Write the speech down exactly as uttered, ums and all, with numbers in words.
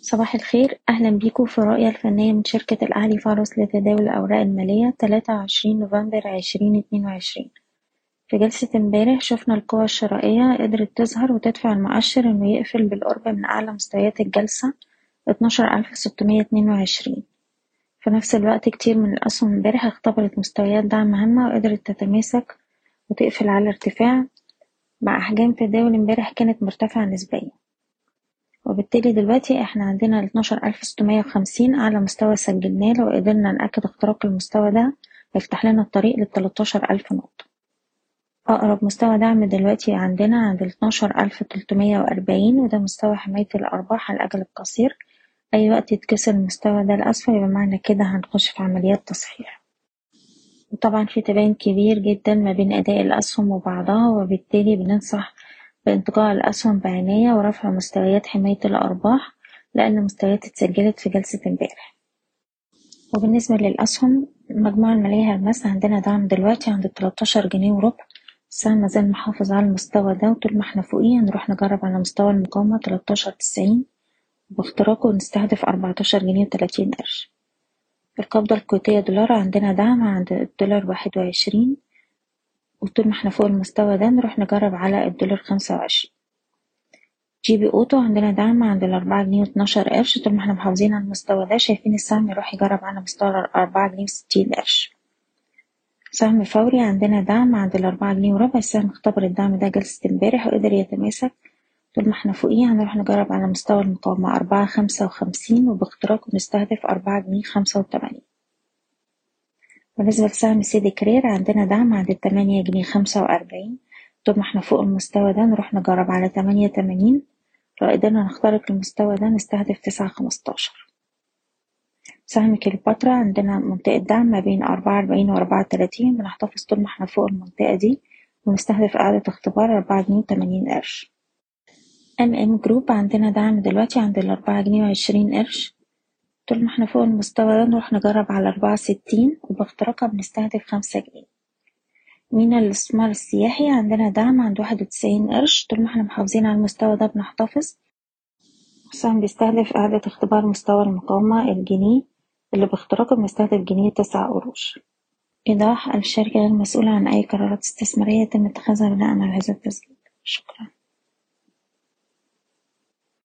صباح الخير، أهلا بيكم في الرؤية الفنية من شركة الأهلي فارس لتداول الأوراق المالية تلاتة وعشرين نوفمبر عشرين اتنين وعشرين. في جلسة امبارح شفنا القوى الشرائية قدرت تظهر وتدفع المؤشر إنه يقفل بالقرب من أعلى مستويات الجلسة اتناشر ألف ستمية اتنين وعشرين. في نفس الوقت كتير من الأسهم امبارح اختبرت مستويات دعم هامة وقدرت تتماسك وتقفل على ارتفاع، مع أحجام تداول امبارح كانت مرتفعة نسبيا. وبالتالي دلوقتي احنا عندنا الاتناشر ألف ستمية وخمسين أعلى مستوى سجلناه. لو قدرنا نأكد اختراق المستوى ده هيفتح لنا الطريق للتلاتاشر ألف نقطة. أقرب مستوى دعم دلوقتي عندنا عند الاتناشر ألف تلتمية وأربعين، وده مستوى حماية الأرباح على الأجل القصير. أي وقت يتكسر المستوى ده لأسفل يبقى معنى كده هنخش في عمليات تصحيح. وطبعا في تباين كبير جدا ما بين أداء الأسهم وبعضها، وبالتالي بننصح بانتقاء الأسهم بعناية ورفع مستويات حماية الأرباح لأن المستويات اتسجلت في جلسة امبارح. وبالنسبة للأسهم المجموعة المالية هرمس عندنا دعم دلوقتي عند التلاتاشر جنيه وربع. السهم مازال محافظ على المستوى ده، وطول ما احنا فوقيه هنروح نجرب على مستوى المقاومة تلاتاشر تسعين، وباختراقه نستهدف أربعتاشر جنيه وتلاتين قرش. القبضة الكويتية دولار عندنا دعم عند الدولار واحد وعشرين، وطول ما احنا فوق المستوى ده نروح نجرب على الدولار خمسة وعشرين. جي بي أوتو عندنا دعم عند الأربعة جنيه واتناشر قرش. طول ما احنا محافظين على المستوى ده شايفين السهم يروح يجرب على مستوى الأربعة جنيه وستين قرش. سهم فوري عندنا دعم عند الأربعة جنيه وربع. السهم اختبر الدعم ده جلسة امبارح وقدر يتماسك. طول ما احنا فوقيه هنروح نجرب على مستوى المقاومة أربعة خمسة وخمسين، وباختراقه نستهدف أربعة جنيه خمسة وتمانين. بالنسبة لسهم سيدي كرير عندنا دعم عند التمانية جنيه خمسة وأربعين. طول ما احنا فوق المستوى ده نروح نجرب على تمانية تمانين. لو قدرنا نخترق المستوى ده نستهدف تسعة خمستاشر. سهم كليوباترا عندنا منطقة دعم ما بين أربعة أربعين وأربعة تلاتين، بنحتفظ طول ما احنا فوق المنطقة دي ونستهدف إعادة اختبار أربعة جنيه وتمانين قرش. ام ام جروب عندنا دعم دلوقتي عند الأربعة جنيه وعشرين قرش. طول ما احنا فوق المستوى ده نروح نجرب على أربعة ستين، وباختراقها بنستهدف خمسة جنيه. مينا الاستثمار السياحي عندنا دعم عند واحد وتسعين قرش. طول ما احنا محافظين على المستوى ده بنحتفظ. السهم بيستهدف إعادة اختبار مستوى المقاومة الجنيه اللي باختراقه بنستهدف جنيه تسعة قروش. إيضاح: الشركة غير مسؤولة عن أي قرارات استثمارية يتم اتخاذها بناءً على هذا التسجيل. شكرا.